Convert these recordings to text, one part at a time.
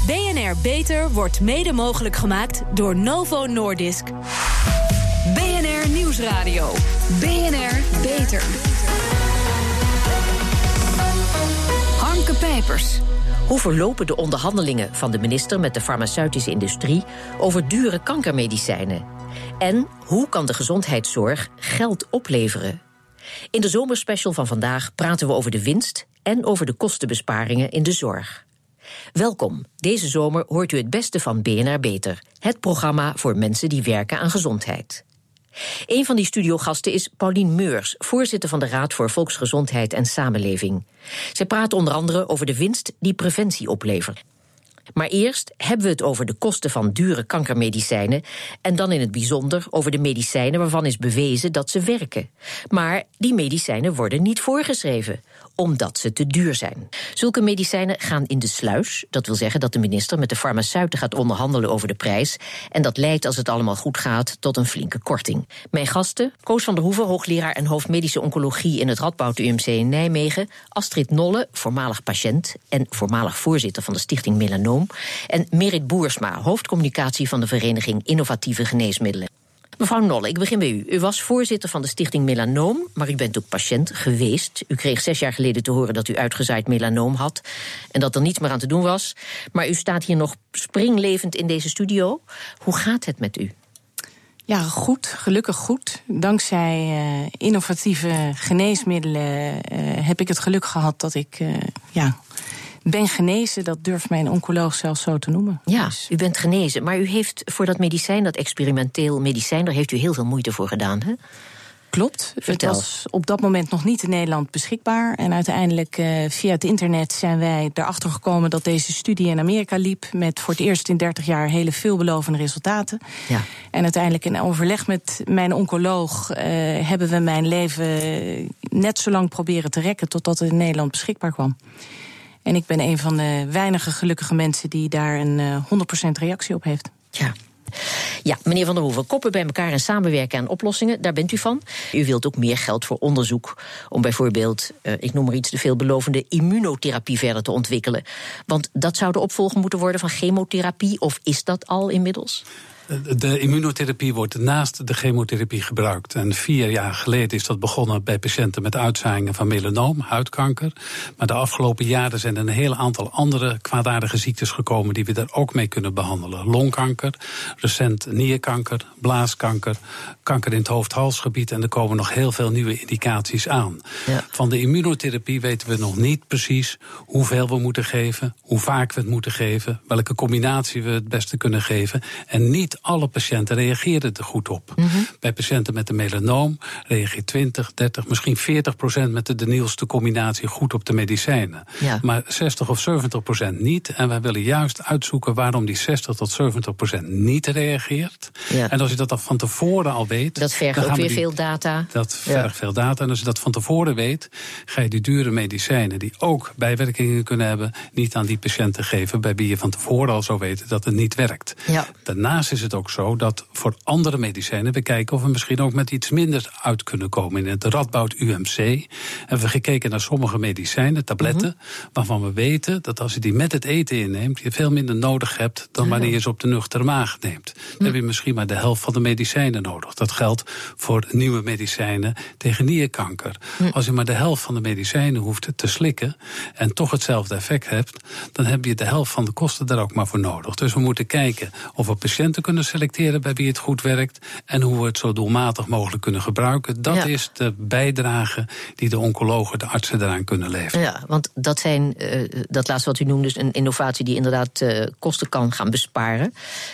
BNR Beter wordt mede mogelijk gemaakt door Novo Nordisk. BNR Nieuwsradio. BNR Beter. Harmke Pijpers. Hoe verlopen de onderhandelingen van de minister met de farmaceutische industrie over dure kankermedicijnen? En hoe kan de gezondheidszorg geld opleveren? In de zomerspecial van vandaag praten we over de winst en over de kostenbesparingen in de zorg. Welkom. Deze zomer hoort u het beste van BNR Beter, het programma voor mensen die werken aan gezondheid. Een van die studiogasten is Paulien Meurs, voorzitter van de Raad voor Volksgezondheid en Samenleving. Zij praat onder andere over de winst die preventie oplevert. Maar eerst hebben we het over de kosten van dure kankermedicijnen en dan in het bijzonder over de medicijnen waarvan is bewezen dat ze werken. Maar die medicijnen worden niet voorgeschreven, omdat ze te duur zijn. Zulke medicijnen gaan in de sluis. Dat wil zeggen dat de minister met de farmaceuten gaat onderhandelen over de prijs. En dat leidt, als het allemaal goed gaat, tot een flinke korting. Mijn gasten: Koos van der Hoeven, hoogleraar en hoofd medische oncologie in het Radboud UMC in Nijmegen. Astrid Nolle, voormalig patiënt en voormalig voorzitter van de Stichting Melanoom. En Merit Boersma, hoofdcommunicatie van de Vereniging Innovatieve Geneesmiddelen. Mevrouw Nolle, ik begin bij u. U was voorzitter van de Stichting Melanoom, maar u bent ook patiënt geweest. U kreeg 6 jaar geleden te horen dat u uitgezaaid melanoom had en dat er niets meer aan te doen was. Maar u staat hier nog springlevend in deze studio. Hoe gaat het met u? Ja, goed. Gelukkig goed. Dankzij innovatieve geneesmiddelen heb ik het geluk gehad dat ik ben genezen. Dat durft mijn oncoloog zelfs zo te noemen. Ja, dus u bent genezen. Maar u heeft voor dat medicijn, dat experimenteel medicijn, daar heeft u heel veel moeite voor gedaan, hè? Klopt. Vertel. Het was op dat moment nog niet in Nederland beschikbaar. En uiteindelijk via het internet zijn wij erachter gekomen dat deze studie in Amerika liep, met voor het eerst in 30 jaar hele veelbelovende resultaten. Ja. En uiteindelijk in overleg met mijn oncoloog hebben we mijn leven net zo lang proberen te rekken totdat het in Nederland beschikbaar kwam. En ik ben een van de weinige gelukkige mensen die daar een 100% reactie op heeft. Ja, meneer Van der Hoeven, koppen bij elkaar en samenwerken aan oplossingen, daar bent u van. U wilt ook meer geld voor onderzoek om bijvoorbeeld, ik noem maar iets, de veelbelovende immunotherapie verder te ontwikkelen. Want dat zou de opvolger moeten worden van chemotherapie, of is dat al inmiddels? De immunotherapie wordt naast de chemotherapie gebruikt. En 4 jaar geleden is dat begonnen bij patiënten met uitzaaiingen van melanoom, huidkanker. Maar de afgelopen jaren zijn er een heel aantal andere kwaadaardige ziektes gekomen die we daar ook mee kunnen behandelen. Longkanker, recent nierkanker, blaaskanker, kanker in het hoofd-halsgebied. En er komen nog heel veel nieuwe indicaties aan. Ja. Van de immunotherapie weten we nog niet precies hoeveel we moeten geven, hoe vaak we het moeten geven, welke combinatie we het beste kunnen geven. En niet alle patiënten reageren er goed op. Mm-hmm. Bij patiënten met een melanoom reageert 20, 30, misschien 40% met de nieuwste combinatie goed op de medicijnen. Ja. Maar 60 of 70% niet. En wij willen juist uitzoeken waarom die 60 tot 70% niet reageert. Ja. En als je dat dan van tevoren al weet, dat vergt ook weer veel data. Dat vergt veel data. En als je dat van tevoren weet, ga je die dure medicijnen die ook bijwerkingen kunnen hebben, niet aan die patiënten geven bij wie je van tevoren al zou weten dat het niet werkt. Ja. Daarnaast is het ook zo dat voor andere medicijnen we kijken of we misschien ook met iets minder uit kunnen komen. In het Radboud UMC hebben we gekeken naar sommige medicijnen, tabletten, waarvan we weten dat als je die met het eten inneemt, je veel minder nodig hebt dan wanneer je ze op de nuchtere maag neemt. Dan heb je misschien maar de helft van de medicijnen nodig. Dat geldt voor nieuwe medicijnen tegen nierkanker. Als je maar de helft van de medicijnen hoeft te slikken en toch hetzelfde effect hebt, dan heb je de helft van de kosten daar ook maar voor nodig. Dus we moeten kijken of we patiënten kunnen selecteren bij wie het goed werkt en hoe we het zo doelmatig mogelijk kunnen gebruiken. Dat is de bijdrage die de oncologen, de artsen daaraan kunnen leveren. Ja, want dat zijn, dat laatste wat u noemde, dus een innovatie die inderdaad kosten kan gaan besparen.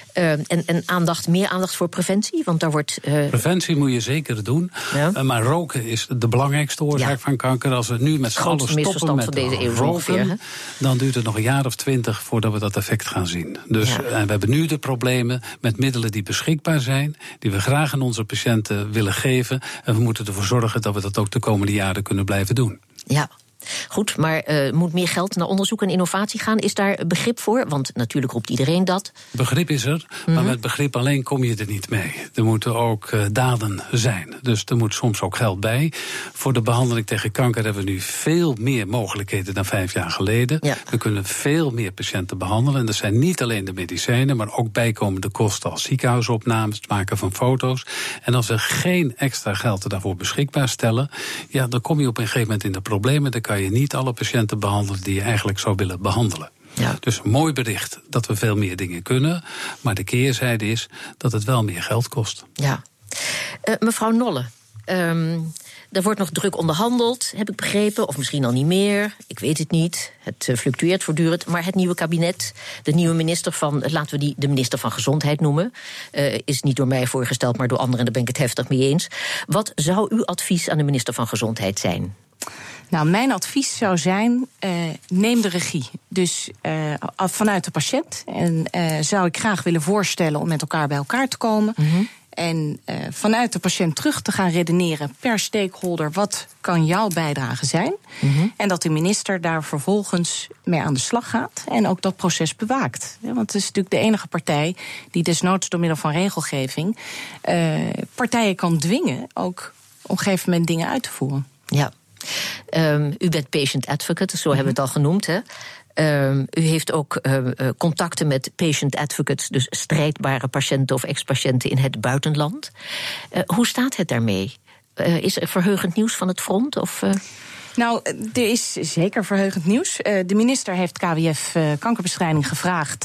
En meer aandacht voor preventie, want daar wordt... Preventie moet je zeker doen, maar roken is de belangrijkste oorzaak van kanker. Als we nu met z'n allen stoppen met roken, dan duurt het nog een jaar of 20 voordat we dat effect gaan zien. Dus we hebben nu de problemen met middelen die beschikbaar zijn, die we graag aan onze patiënten willen geven. En we moeten ervoor zorgen dat we dat ook de komende jaren kunnen blijven doen. Ja. Goed, maar moet meer geld naar onderzoek en innovatie gaan? Is daar begrip voor? Want natuurlijk roept iedereen dat. Begrip is er, maar met begrip alleen kom je er niet mee. Er moeten ook daden zijn. Dus er moet soms ook geld bij. Voor de behandeling tegen kanker hebben we nu veel meer mogelijkheden dan 5 jaar geleden. Ja. We kunnen veel meer patiënten behandelen. En dat zijn niet alleen de medicijnen, maar ook bijkomende kosten als ziekenhuisopnames, het maken van foto's. En als we geen extra geld daarvoor beschikbaar stellen, ja, dan kom je op een gegeven moment in de problemen. Dan kan je niet alle patiënten behandelen die je eigenlijk zou willen behandelen. Ja. Dus een mooi bericht dat we veel meer dingen kunnen. Maar de keerzijde is dat het wel meer geld kost. Ja. Mevrouw Nolle, er wordt nog druk onderhandeld, heb ik begrepen. Of misschien al niet meer, ik weet het niet. Het fluctueert voortdurend. Maar het nieuwe kabinet, de nieuwe minister van, laten we die de minister van Gezondheid noemen, is niet door mij voorgesteld, maar door anderen, en daar ben ik het heftig mee eens. Wat zou uw advies aan de minister van Gezondheid zijn? Nou, mijn advies zou zijn, neem de regie. Dus vanuit de patiënt. En zou ik graag willen voorstellen om met elkaar bij elkaar te komen. Mm-hmm. En vanuit de patiënt terug te gaan redeneren per stakeholder, wat kan jouw bijdrage zijn? Mm-hmm. En dat de minister daar vervolgens mee aan de slag gaat en ook dat proces bewaakt. Ja, want het is natuurlijk de enige partij die desnoods door middel van regelgeving partijen kan dwingen ook op een gegeven moment dingen uit te voeren. Ja. U bent patient advocate, zo hebben we het al genoemd, hè? U heeft ook contacten met patient advocates, dus strijdbare patiënten of ex-patiënten in het buitenland. Hoe staat het daarmee? Is er verheugend nieuws van het front? Of, Nou, er is zeker verheugend nieuws. De minister heeft KWF Kankerbestrijding gevraagd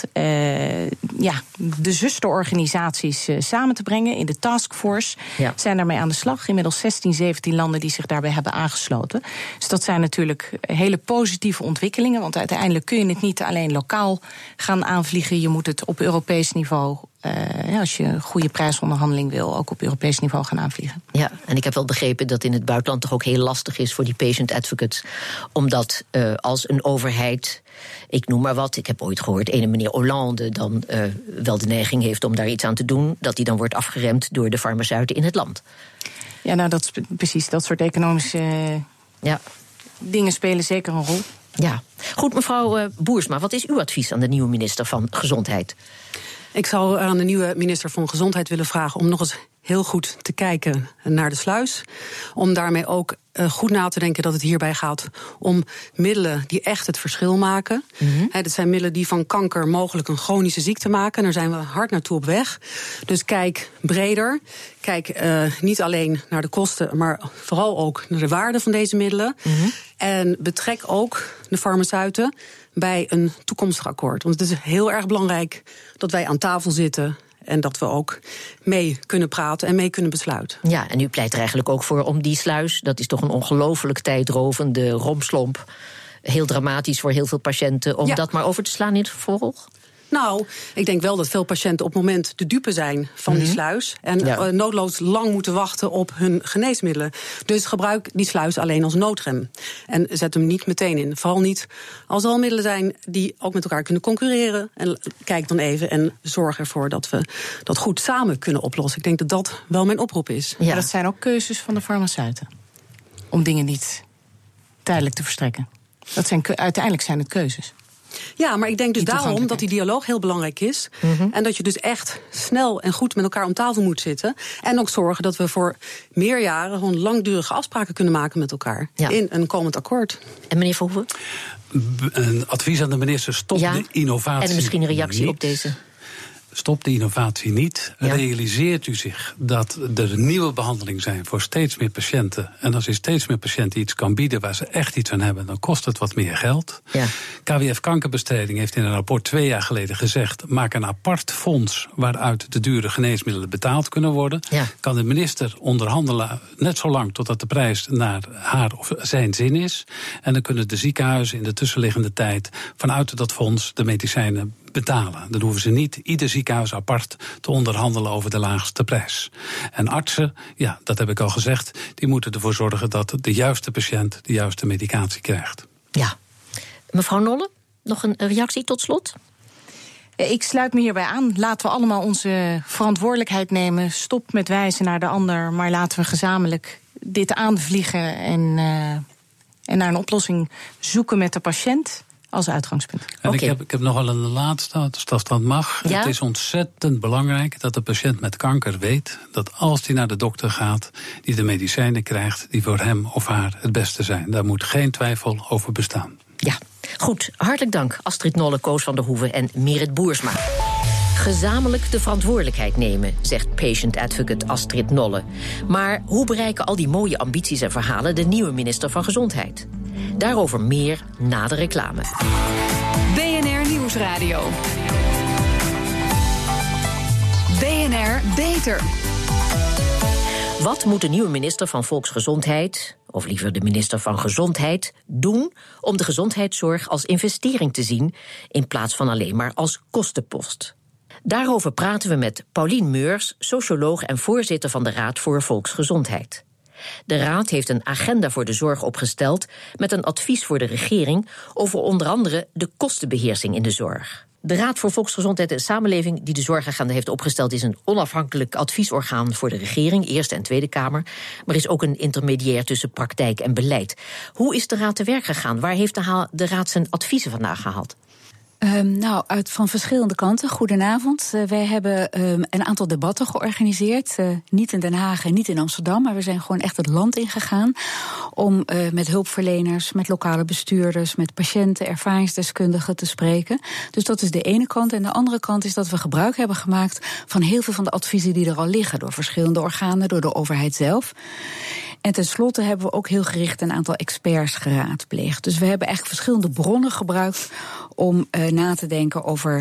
de zusterorganisaties samen te brengen in de taskforce. Ja. Zijn daarmee aan de slag. Inmiddels 16, 17 landen die zich daarbij hebben aangesloten. Dus dat zijn natuurlijk hele positieve ontwikkelingen. Want uiteindelijk kun je het niet alleen lokaal gaan aanvliegen. Je moet het op Europees niveau, als je een goede prijsonderhandeling wil, ook op Europees niveau gaan aanvliegen. Ja, en ik heb wel begrepen dat in het buitenland toch ook heel lastig is voor die patient advocates. Omdat als een overheid, ik noem maar wat, ik heb ooit gehoord, ene meneer Hollande dan wel de neiging heeft om daar iets aan te doen, dat die dan wordt afgeremd door de farmaceuten in het land. Ja, nou, dat is precies dat soort economische dingen spelen zeker een rol. Ja, goed, mevrouw Boersma, wat is uw advies aan de nieuwe minister van Gezondheid? Ik zou aan de nieuwe minister van Gezondheid willen vragen om nog eens heel goed te kijken naar de sluis. Om daarmee ook goed na te denken dat het hierbij gaat om middelen die echt het verschil maken. Mm-hmm. Dit zijn middelen die van kanker mogelijk een chronische ziekte maken. Daar zijn we hard naartoe op weg. Dus kijk breder. Kijk niet alleen naar de kosten, maar vooral ook naar de waarde van deze middelen. Mm-hmm. En betrek ook de farmaceuten bij een toekomstig akkoord. Want het is heel erg belangrijk dat wij aan tafel zitten en dat we ook mee kunnen praten en mee kunnen besluiten. Ja, en u pleit er eigenlijk ook voor om die sluis, dat is toch een ongelooflijk tijdrovende rompslomp, heel dramatisch voor heel veel patiënten, om dat maar over te slaan in het vervolg? Nou, ik denk wel dat veel patiënten op het moment de dupe zijn van die sluis en noodloos lang moeten wachten op hun geneesmiddelen. Dus gebruik die sluis alleen als noodrem. En zet hem niet meteen in. Vooral niet als er al middelen zijn die ook met elkaar kunnen concurreren. En kijk dan even en zorg ervoor dat we dat goed samen kunnen oplossen. Ik denk dat dat wel mijn oproep is. Ja, dat zijn ook keuzes van de farmaceuten. Om dingen niet tijdelijk te verstrekken. Uiteindelijk zijn het keuzes. Ja, maar ik denk dus daarom dat die dialoog heel belangrijk is. Mm-hmm. En dat je dus echt snel en goed met elkaar om tafel moet zitten. En ook zorgen dat we voor meer jaren gewoon langdurige afspraken kunnen maken met elkaar. Ja. In een komend akkoord. En meneer Verhoeven? Een advies aan de minister, stop de innovatie. En misschien een reactie op deze. Stop de innovatie niet. Ja. Realiseert u zich dat er nieuwe behandelingen zijn voor steeds meer patiënten. En als u steeds meer patiënten iets kan bieden waar ze echt iets aan hebben, dan kost het wat meer geld. Ja. KWF Kankerbestrijding heeft in een rapport 2 jaar geleden gezegd, maak een apart fonds waaruit de dure geneesmiddelen betaald kunnen worden. Ja. Kan de minister onderhandelen net zo lang totdat de prijs naar haar of zijn zin is. En dan kunnen de ziekenhuizen in de tussenliggende tijd vanuit dat fonds de medicijnen betalen. Dan hoeven ze niet ieder ziekenhuis apart te onderhandelen over de laagste prijs. En artsen, ja, dat heb ik al gezegd, die moeten ervoor zorgen dat de juiste patiënt de juiste medicatie krijgt. Ja. Mevrouw Nolle, nog een reactie tot slot? Ik sluit me hierbij aan. Laten we allemaal onze verantwoordelijkheid nemen. Stop met wijzen naar de ander, maar laten we gezamenlijk dit aanvliegen En naar een oplossing zoeken met de patiënt als uitgangspunt. En ik heb nog wel een laatste, als dat mag. Ja? Het is ontzettend belangrijk dat de patiënt met kanker weet dat als hij naar de dokter gaat, die de medicijnen krijgt die voor hem of haar het beste zijn. Daar moet geen twijfel over bestaan. Ja, goed. Hartelijk dank Astrid Nolle, Koos van der Hoeven en Merit Boersma. Gezamenlijk de verantwoordelijkheid nemen, zegt patient advocate Astrid Nolle. Maar hoe bereiken al die mooie ambities en verhalen de nieuwe minister van Gezondheid? Daarover meer na de reclame. BNR Nieuwsradio. BNR Beter. Wat moet de nieuwe minister van Volksgezondheid, of liever de minister van Gezondheid, doen om de gezondheidszorg als investering te zien in plaats van alleen maar als kostenpost? Daarover praten we met Paulien Meurs, socioloog en voorzitter van de Raad voor Volksgezondheid. De Raad heeft een agenda voor de zorg opgesteld met een advies voor de regering over onder andere de kostenbeheersing in de zorg. De Raad voor Volksgezondheid en Samenleving, die de zorgagenda heeft opgesteld, is een onafhankelijk adviesorgaan voor de regering, Eerste en Tweede Kamer, maar is ook een intermediair tussen praktijk en beleid. Hoe is de Raad te werk gegaan? Waar heeft de Raad zijn adviezen vandaan gehaald? Van verschillende kanten. Goedenavond. Wij hebben een aantal debatten georganiseerd. Niet in Den Haag en niet in Amsterdam, maar we zijn gewoon echt het land ingegaan om met hulpverleners, met lokale bestuurders, met patiënten, ervaringsdeskundigen te spreken. Dus dat is de ene kant. En de andere kant is dat we gebruik hebben gemaakt van heel veel van de adviezen die er al liggen, door verschillende organen, door de overheid zelf. En tenslotte hebben we ook heel gericht een aantal experts geraadpleegd. Dus we hebben eigenlijk verschillende bronnen gebruikt om na te denken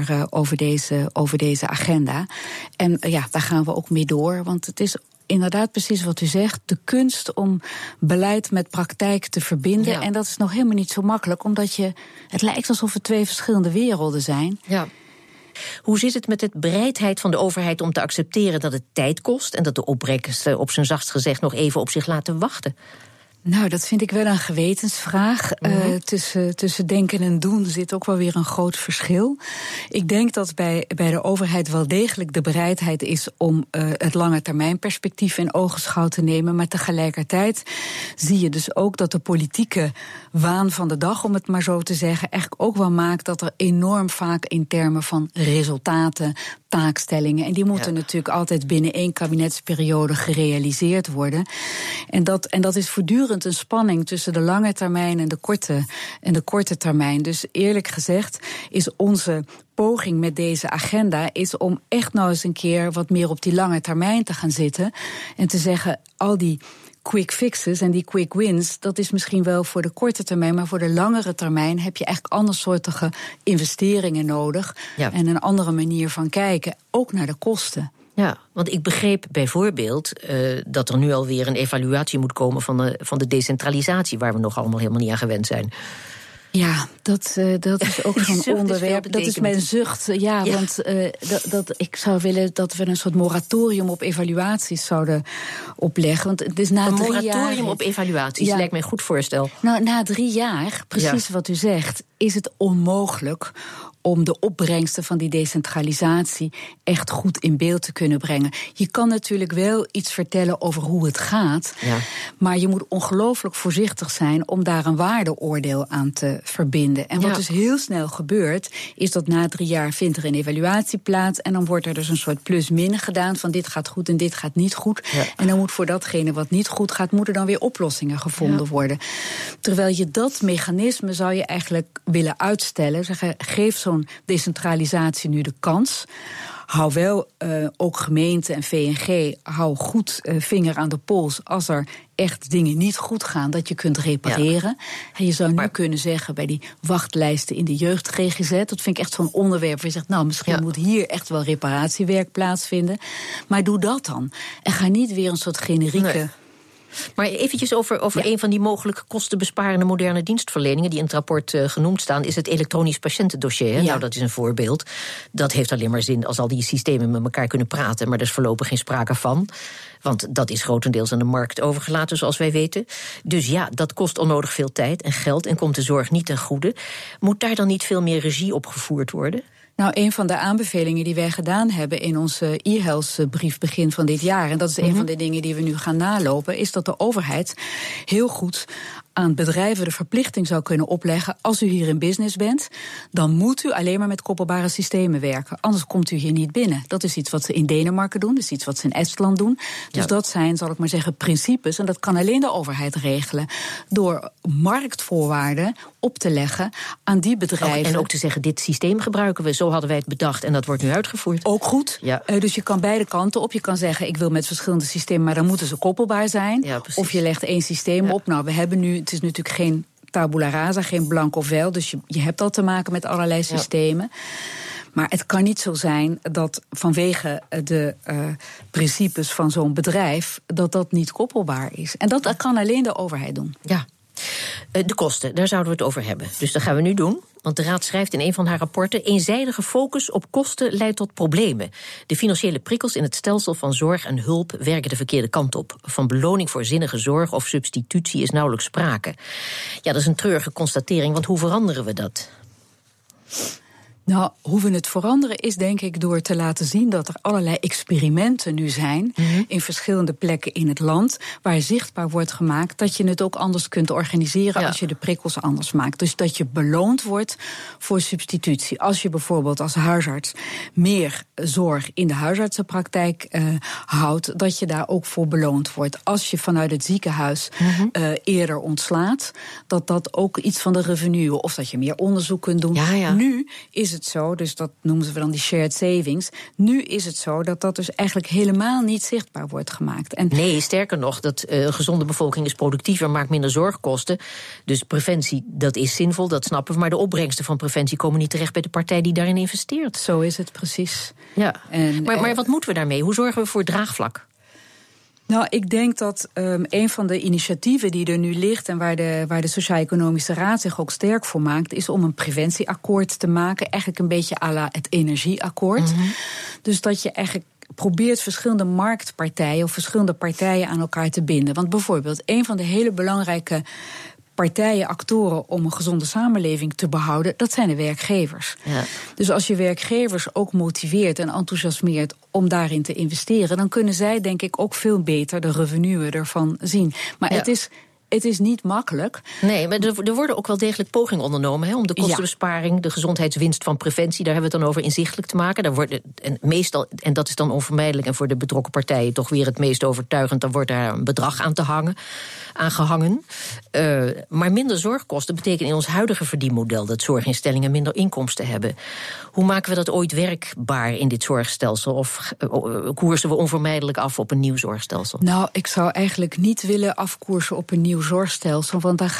over deze agenda. En daar gaan we ook mee door, want het is inderdaad precies wat u zegt, de kunst om beleid met praktijk te verbinden. Ja. En dat is nog helemaal niet zo makkelijk, omdat het lijkt alsof het twee verschillende werelden zijn. Ja. Hoe zit het met de bereidheid van de overheid om te accepteren dat het tijd kost en dat de opbrengst op zijn zachtst gezegd nog even op zich laten wachten? Nou, dat vind ik wel een gewetensvraag. Tussen denken en doen zit ook wel weer een groot verschil. Ik denk dat bij de overheid wel degelijk de bereidheid is om het lange termijn perspectief in ogenschouw te nemen. Maar tegelijkertijd zie je dus ook dat de politieke waan van de dag, om het maar zo te zeggen, eigenlijk ook wel maakt dat er enorm vaak in termen van resultaten, taakstellingen, en die moeten natuurlijk altijd binnen 1 kabinetsperiode gerealiseerd worden. En dat is voortdurend een spanning tussen de lange termijn en de korte termijn. Dus eerlijk gezegd is onze poging met deze agenda is om echt nou eens een keer wat meer op die lange termijn te gaan zitten en te zeggen, al die quick fixes en die quick wins, dat is misschien wel voor de korte termijn, maar voor de langere termijn heb je eigenlijk andersoortige investeringen nodig en een andere manier van kijken, ook naar de kosten. Ja, want ik begreep bijvoorbeeld dat er nu alweer een evaluatie moet komen van de decentralisatie, waar we nog allemaal helemaal niet aan gewend zijn. Ja, dat is ook zo'n onderwerp. Dat is mijn zucht. Ja. Want ik zou willen dat we een soort moratorium op evaluaties zouden opleggen. Want het is na 3 jaar. Een moratorium op evaluaties, lijkt mij een goed voorstel. Nou, na 3 jaar, precies wat u zegt, is het onmogelijk om de opbrengsten van die decentralisatie echt goed in beeld te kunnen brengen. Je kan natuurlijk wel iets vertellen over hoe het gaat, maar je moet ongelooflijk voorzichtig zijn om daar een waardeoordeel aan te verbinden. En wat dus heel snel gebeurt, is dat na 3 jaar vindt er een evaluatie plaats en dan wordt er dus een soort plus-min gedaan van dit gaat goed en dit gaat niet goed. Ja. En dan moet voor datgene wat niet goed gaat, moeten dan weer oplossingen gevonden worden. Terwijl je dat mechanisme zou je eigenlijk willen uitstellen, zeggen, geef zo'n decentralisatie nu de kans. Hou wel ook gemeente en VNG, hou goed vinger aan de pols als er echt dingen niet goed gaan, dat je kunt repareren. En je zou nu kunnen zeggen bij die wachtlijsten in de jeugd-GGZ, dat vind ik echt zo'n onderwerp waar je zegt, nou, misschien moet hier echt wel reparatiewerk plaatsvinden. Maar doe dat dan. En ga niet weer een soort generieke... Nee. Maar eventjes over een van die mogelijke kostenbesparende moderne dienstverleningen die in het rapport genoemd staan, is het elektronisch patiëntendossier. Ja. Nou, dat is een voorbeeld. Dat heeft alleen maar zin als al die systemen met elkaar kunnen praten, maar er is voorlopig geen sprake van. Want dat is grotendeels aan de markt overgelaten, zoals wij weten. Dus ja, dat kost onnodig veel tijd en geld en komt de zorg niet ten goede. Moet daar dan niet veel meer regie op gevoerd worden? Nou, een van de aanbevelingen die wij gedaan hebben in onze e-health-brief begin van dit jaar, en dat is een van de dingen die we nu gaan nalopen, is dat de overheid heel goed aan bedrijven de verplichting zou kunnen opleggen: als u hier in business bent, dan moet u alleen maar met koppelbare systemen werken. Anders komt u hier niet binnen. Dat is iets wat ze in Denemarken doen, dat is iets wat ze in Estland doen. Dus dat zijn, zal ik maar zeggen, principes. En dat kan alleen de overheid regelen door marktvoorwaarden op te leggen aan die bedrijven. En ook te zeggen, dit systeem gebruiken we, zo hadden wij het bedacht en dat wordt nu uitgevoerd. Ook goed. Ja. Dus je kan beide kanten op. Je kan zeggen, ik wil met verschillende systemen, maar dan moeten ze koppelbaar zijn. Ja, of je legt één systeem op. Nou, we hebben nu, het is natuurlijk geen tabula rasa, geen blanco vel, dus je hebt al te maken met allerlei systemen. Maar het kan niet zo zijn dat vanwege de principes van zo'n bedrijf dat niet koppelbaar is. En dat kan alleen de overheid doen. Ja. De kosten, daar zouden we het over hebben. Dus dat gaan we nu doen. Want de Raad schrijft in een van haar rapporten: eenzijdige focus op kosten leidt tot problemen. De financiële prikkels in het stelsel van zorg en hulp werken de verkeerde kant op. Van beloning voor zinnige zorg of substitutie is nauwelijks sprake. Ja, dat is een treurige constatering, want hoe veranderen we dat? Nou, hoe we het veranderen is denk ik door te laten zien dat er allerlei experimenten nu zijn in verschillende plekken in het land, waar zichtbaar wordt gemaakt dat je het ook anders kunt organiseren als je de prikkels anders maakt. Dus dat je beloond wordt voor substitutie. Als je bijvoorbeeld als huisarts meer zorg in de huisartsenpraktijk houdt, dat je daar ook voor beloond wordt. Als je vanuit het ziekenhuis eerder ontslaat, dat ook iets van de revenue, of dat je meer onderzoek kunt doen. Ja. Nu is het zo, dus dat noemen we dan die shared savings. Nu is het zo dat dus eigenlijk helemaal niet zichtbaar wordt gemaakt. En nee, sterker nog, dat gezonde bevolking is productiever, maakt minder zorgkosten. Dus preventie, dat is zinvol, dat snappen we. Maar de opbrengsten van preventie komen niet terecht bij de partij die daarin investeert. Zo is het precies. Ja. Maar wat moeten we daarmee? Hoe zorgen we voor draagvlak? Nou, ik denk dat een van de initiatieven die er nu ligt en waar de Sociaal-Economische Raad zich ook sterk voor maakt, is om een preventieakkoord te maken. Eigenlijk een beetje à la het energieakkoord. Dus dat je eigenlijk probeert verschillende marktpartijen of verschillende partijen aan elkaar te binden. Want bijvoorbeeld, een van de hele belangrijke partijen, actoren om een gezonde samenleving te behouden, dat zijn de werkgevers. Ja. Dus als je werkgevers ook motiveert en enthousiasmeert om daarin te investeren, dan kunnen zij denk ik ook veel beter de revenue ervan zien. Maar het is niet makkelijk. Nee, maar er worden ook wel degelijk pogingen ondernomen om de kostenbesparing, de gezondheidswinst van preventie, daar hebben we het dan over, inzichtelijk te maken. Daar wordt meestal, en dat is dan onvermijdelijk en voor de betrokken partijen toch weer het meest overtuigend, dan wordt daar een bedrag aan gehangen. Maar minder zorgkosten betekent in ons huidige verdienmodel dat zorginstellingen minder inkomsten hebben. Hoe maken we dat ooit werkbaar in dit zorgstelsel? Of koersen we onvermijdelijk af op een nieuw zorgstelsel? Nou, ik zou eigenlijk niet willen afkoersen op een nieuw zorgstelsel, want daar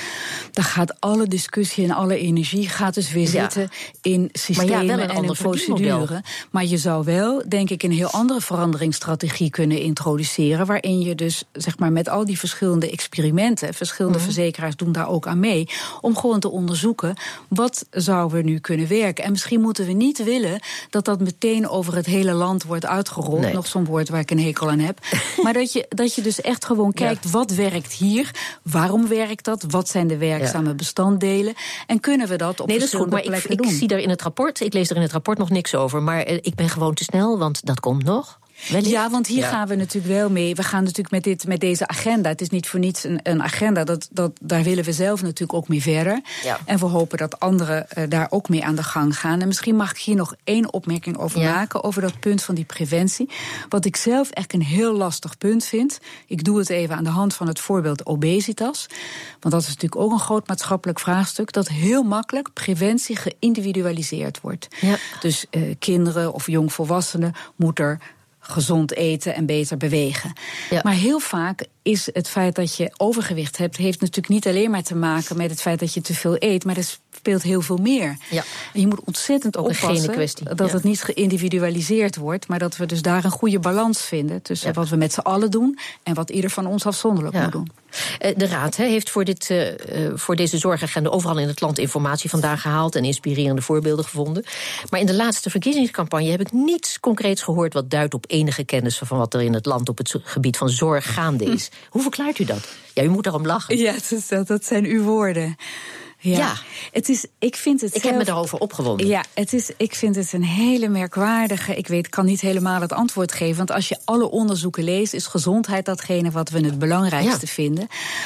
gaat alle discussie en alle energie gaat dus weer zitten in systemen en in procedure. Maar je zou wel, denk ik, een heel andere veranderingsstrategie kunnen introduceren, waarin je dus, zeg maar, met al die verschillende experimenten, verschillende verzekeraars doen daar ook aan mee, om gewoon te onderzoeken, wat zou er nu kunnen werken? En misschien moeten we niet willen dat meteen over het hele land wordt uitgerold, nog zo'n woord waar ik een hekel aan heb, maar dat je dus echt gewoon kijkt, wat werkt hier? Waarom werkt dat? Wat zijn de werkzame bestanddelen? En kunnen we dat op verschillende plekken doen? Ik zie daar in het rapport, ik lees er in het rapport nog niks over, maar ik ben gewoon te snel, want dat komt nog. Ja, want hier gaan we natuurlijk wel mee. We gaan natuurlijk met deze agenda. Het is niet voor niets een agenda. Daar willen we zelf natuurlijk ook mee verder. Ja. En we hopen dat anderen daar ook mee aan de gang gaan. En misschien mag ik hier nog één opmerking over maken, over dat punt van die preventie. Wat ik zelf echt een heel lastig punt vind. Ik doe het even aan de hand van het voorbeeld obesitas. Want dat is natuurlijk ook een groot maatschappelijk vraagstuk. Dat heel makkelijk preventie geïndividualiseerd wordt. Ja. Dus kinderen of jongvolwassenen moeten gezond eten en beter bewegen. Ja. Maar heel vaak is het feit dat je overgewicht hebt, heeft natuurlijk niet alleen maar te maken met het feit dat je te veel eet, maar er speelt heel veel meer. Ja. En je moet ontzettend oppassen dat het niet geïndividualiseerd wordt, maar dat we dus daar een goede balans vinden tussen wat we met z'n allen doen en wat ieder van ons afzonderlijk moet doen. De Raad heeft voor deze zorgagenda overal in het land informatie vandaan gehaald en inspirerende voorbeelden gevonden. Maar in de laatste verkiezingscampagne heb ik niets concreets gehoord wat duidt op enige kennis van wat er in het land op het gebied van zorg gaande is. Hoe verklaart u dat? Ja, u moet daarom lachen. Ja, dat zijn uw woorden. Ja. Ik heb me daarover opgewonden. Ja, ik vind het een hele merkwaardige. Ik kan niet helemaal het antwoord geven. Want als je alle onderzoeken leest, is gezondheid datgene wat we het belangrijkste vinden.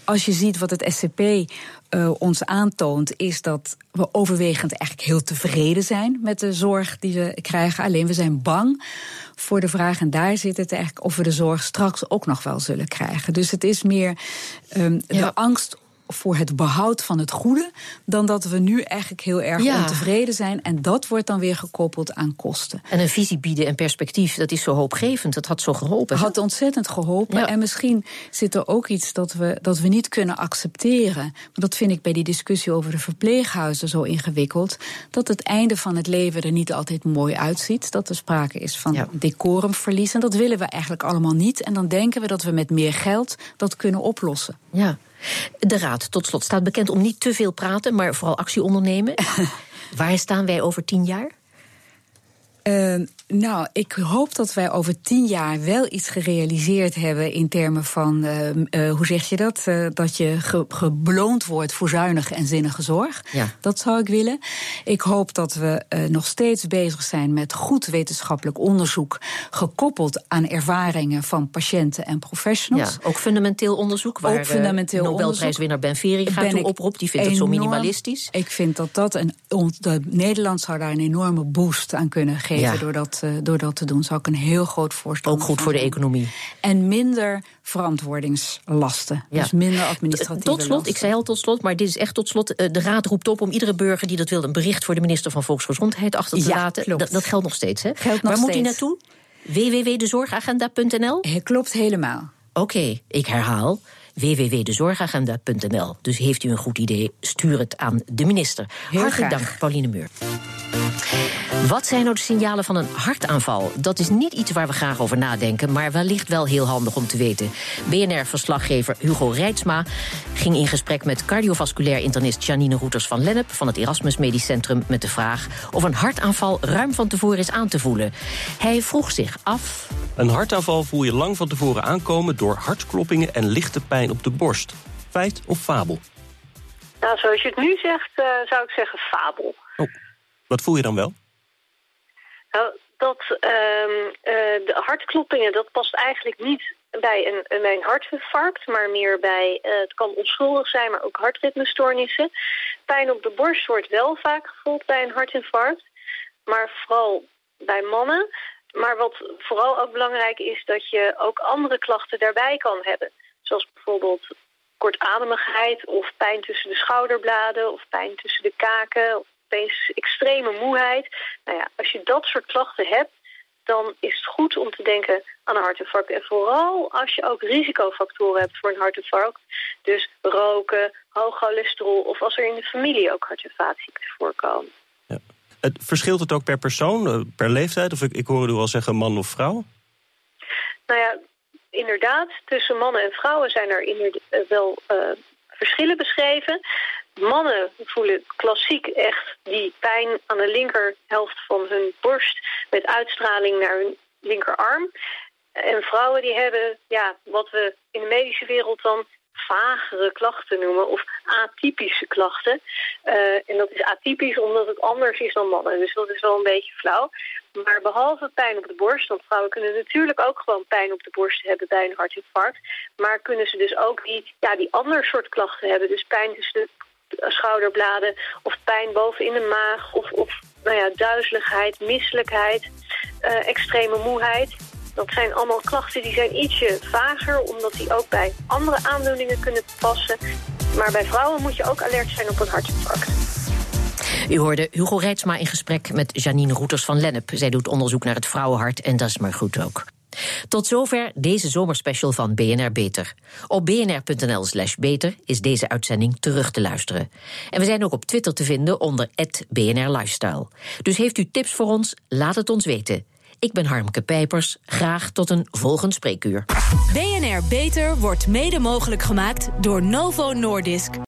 als je ziet wat het SCP ons aantoont, is dat we overwegend eigenlijk heel tevreden zijn met de zorg die we krijgen. Alleen we zijn bang voor de vraag, en daar zit het eigenlijk, of we de zorg straks ook nog wel zullen krijgen. Dus het is meer de angst voor het behoud van het goede, dan dat we nu eigenlijk heel erg ontevreden zijn. En dat wordt dan weer gekoppeld aan kosten. En een visie bieden en perspectief, dat is zo hoopgevend. Dat had zo geholpen. Het had ontzettend geholpen. Ja. En misschien zit er ook iets dat we niet kunnen accepteren. Maar dat vind ik bij die discussie over de verpleeghuizen zo ingewikkeld. Dat het einde van het leven er niet altijd mooi uitziet. Dat er sprake is van decorumverlies. En dat willen we eigenlijk allemaal niet. En dan denken we dat we met meer geld dat kunnen oplossen. Ja. De Raad, tot slot, staat bekend om niet te veel praten, maar vooral actie ondernemen. Waar staan wij over 10 jaar? Nou, ik hoop dat wij over 10 jaar wel iets gerealiseerd hebben in termen van, hoe zeg je dat? Dat je beloond wordt voor zuinige en zinnige zorg. Ja. Dat zou ik willen. Ik hoop dat we nog steeds bezig zijn met goed wetenschappelijk onderzoek, gekoppeld aan ervaringen van patiënten en professionals. Ja, ook fundamenteel onderzoek, waar Nobelprijswinnaar Ben Veeringa toe oproept. Die vindt het zo minimalistisch. Ik vind dat Nederland zou daar een enorme boost aan kunnen geven. Ja. Door dat te doen, zou ik een heel groot voorstel. Ook goed voor de economie. En minder verantwoordingslasten. Ja. Dus minder administratieve tot slot, lasten. Ik zei al tot slot, maar dit is echt tot slot. De Raad roept op om iedere burger die dat wil een bericht voor de minister van Volksgezondheid achter te laten. Dat geldt nog steeds, hè? Waar moet hij naartoe? www.dezorgagenda.nl? Klopt helemaal. Oké, ik herhaal. www.dezorgagenda.nl. Dus heeft u een goed idee, stuur het aan de minister. Hartelijk dank, Pauline Meur. Wat zijn nou de signalen van een hartaanval? Dat is niet iets waar we graag over nadenken, maar wellicht wel heel handig om te weten. BNR-verslaggever Hugo Reitsma ging in gesprek met cardiovasculair internist Janine Roeters van Lennep van het Erasmus Medisch Centrum met de vraag of een hartaanval ruim van tevoren is aan te voelen. Hij vroeg zich af: een hartaanval voel je lang van tevoren aankomen door hartkloppingen en lichte pijn op de borst. Feit of fabel? Nou, zoals je het nu zegt, zou ik zeggen fabel. Oh, wat voel je dan wel? Nou, de hartkloppingen, dat past eigenlijk niet bij een hartinfarct, maar meer bij, het kan onschuldig zijn, maar ook hartritmestoornissen. Pijn op de borst wordt wel vaak gevolgd bij een hartinfarct, maar vooral bij mannen. Maar wat vooral ook belangrijk is, dat je ook andere klachten daarbij kan hebben. Zoals bijvoorbeeld kortademigheid of pijn tussen de schouderbladen of pijn tussen de kaken, opeens extreme moeheid. Nou ja, als je dat soort klachten hebt, dan is het goed om te denken aan een hartinfarct. En vooral als je ook risicofactoren hebt voor een hartinfarct. Dus roken, hoog cholesterol of als er in de familie ook hart- en vaatziekten voorkomen. Ja. Verschilt het ook per persoon, per leeftijd? Of ik hoorde u al zeggen man of vrouw? Nou ja, inderdaad, tussen mannen en vrouwen zijn er wel verschillen beschreven. Mannen voelen klassiek echt die pijn aan de linkerhelft van hun borst met uitstraling naar hun linkerarm. En vrouwen die hebben wat we in de medische wereld dan vagere klachten noemen of atypische klachten. En dat is atypisch omdat het anders is dan mannen. Dus dat is wel een beetje flauw. Maar behalve pijn op de borst, want vrouwen kunnen natuurlijk ook gewoon pijn op de borst hebben bij een hartinfarct. Maar kunnen ze dus ook die ander soort klachten hebben. Dus pijn tussen de schouderbladen of pijn boven in de maag of duizeligheid, misselijkheid, extreme moeheid. Dat zijn allemaal klachten die zijn ietsje vager, omdat die ook bij andere aandoeningen kunnen passen. Maar bij vrouwen moet je ook alert zijn op een hartinfarct. U hoorde Hugo Reitsma in gesprek met Janine Roeters van Lennep. Zij doet onderzoek naar het vrouwenhart en dat is maar goed ook. Tot zover deze zomerspecial van BNR Beter. Op bnr.nl/beter is deze uitzending terug te luisteren. En we zijn ook op Twitter te vinden onder @BNR Lifestyle. Dus heeft u tips voor ons? Laat het ons weten. Ik ben Harmke Pijpers. Graag tot een volgend spreekuur. BNR Beter wordt mede mogelijk gemaakt door Novo Nordisk.